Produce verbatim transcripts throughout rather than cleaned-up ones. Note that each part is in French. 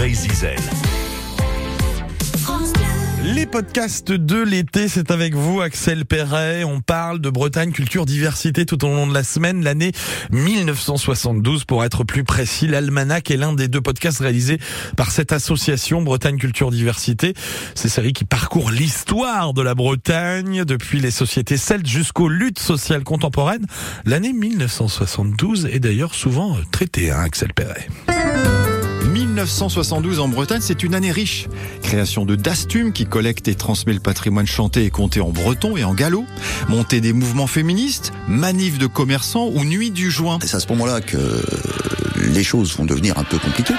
Mireille Zizel. Les podcasts de l'été, c'est avec vous, Axel Perret. On parle de Bretagne Culture Diversité tout au long de la semaine, l'année mille neuf cent soixante-douze pour être plus précis. L'Almanach est l'un des deux podcasts réalisés par cette association Bretagne Culture Diversité. Ces séries qui parcourent l'histoire de la Bretagne, depuis les sociétés celtes jusqu'aux luttes sociales contemporaines. L'année mille neuf cent soixante-douze est d'ailleurs souvent traitée, hein, Axel Perret. mille neuf cent soixante-douze en Bretagne, c'est une année riche. Création de Dastum qui collecte et transmet le patrimoine chanté et compté en breton et en gallo. Montée des mouvements féministes, manifs de commerçants ou nuit du joint. C'est à ce moment-là que les choses vont devenir un peu compliquées.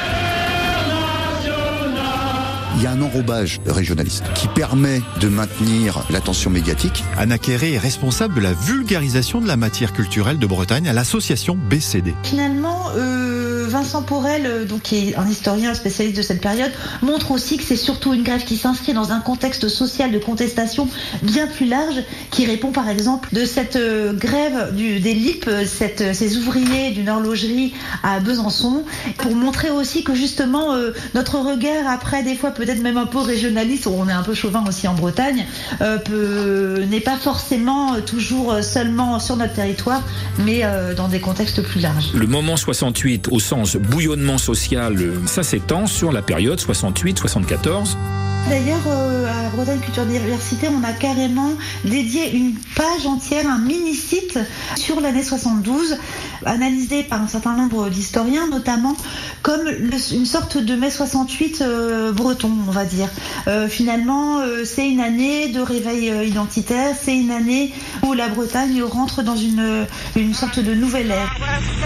Il y a un enrobage régionaliste qui permet de maintenir l'attention médiatique. Anna Quéré est responsable de la vulgarisation de la matière culturelle de Bretagne à l'association B C D. Finalement, euh, Vincent Porel, donc, qui est un historien spécialiste de cette période, montre aussi que c'est surtout une grève qui s'inscrit dans un contexte social de contestation bien plus large, qui répond par exemple de cette euh, grève du, des L I P, cette, ces ouvriers d'une horlogerie à Besançon, pour montrer aussi que justement euh, notre regard après des fois peut peut-être même un peu régionaliste, on est un peu chauvin aussi en Bretagne, euh, peut, n'est pas forcément toujours seulement sur notre territoire, mais euh, dans des contextes plus larges. Le moment soixante-huit, au sens bouillonnement social, ça s'étend sur la période soixante-huit soixante-quatorze. D'ailleurs, euh, à Bretagne Culture Diversité, on a carrément dédié une page entière, un mini-site sur l'année soixante-douze, analysé par un certain nombre d'historiens, notamment comme le, une sorte de mai soixante-huit euh, breton, on va dire. Euh, finalement, euh, c'est une année de réveil euh, identitaire, c'est une année où la Bretagne rentre dans une, une sorte de nouvelle ère.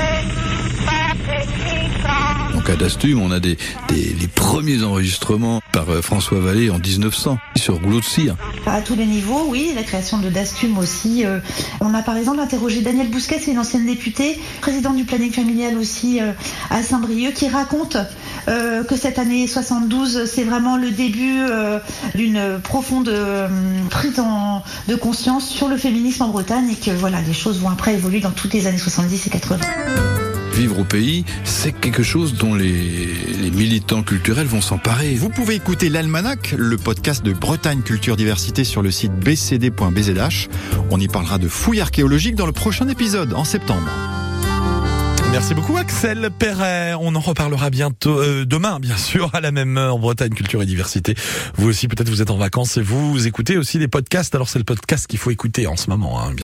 Donc à Dastum, on a des, des les premiers enregistrements par euh, François Vallée en dix-neuf cents sur rouleau de cire. À tous les niveaux, oui, la création de Dastum aussi. Euh, on a par exemple interrogé Danielle Bousquet, c'est une ancienne députée, présidente du planning familial aussi euh, à Saint-Brieuc, qui raconte euh, que cette année soixante-douze, c'est vraiment le début euh, d'une profonde euh, prise en, de conscience sur le féminisme en Bretagne et que voilà, les choses vont après évoluer dans toutes les années soixante-dix et quatre-vingts. Vivre au pays, c'est quelque chose dont les, les militants culturels vont s'emparer. Vous pouvez écouter l'Almanach, le podcast de Bretagne Culture Diversité sur le site b c d point b z h. On y parlera de fouilles archéologiques dans le prochain épisode, en septembre. Merci beaucoup Axel Perret. On en reparlera bientôt, euh, demain bien sûr, à la même heure, Bretagne Culture et Diversité. Vous aussi, peut-être vous êtes en vacances et vous, vous écoutez aussi des podcasts. Alors c'est le podcast qu'il faut écouter en ce moment, hein.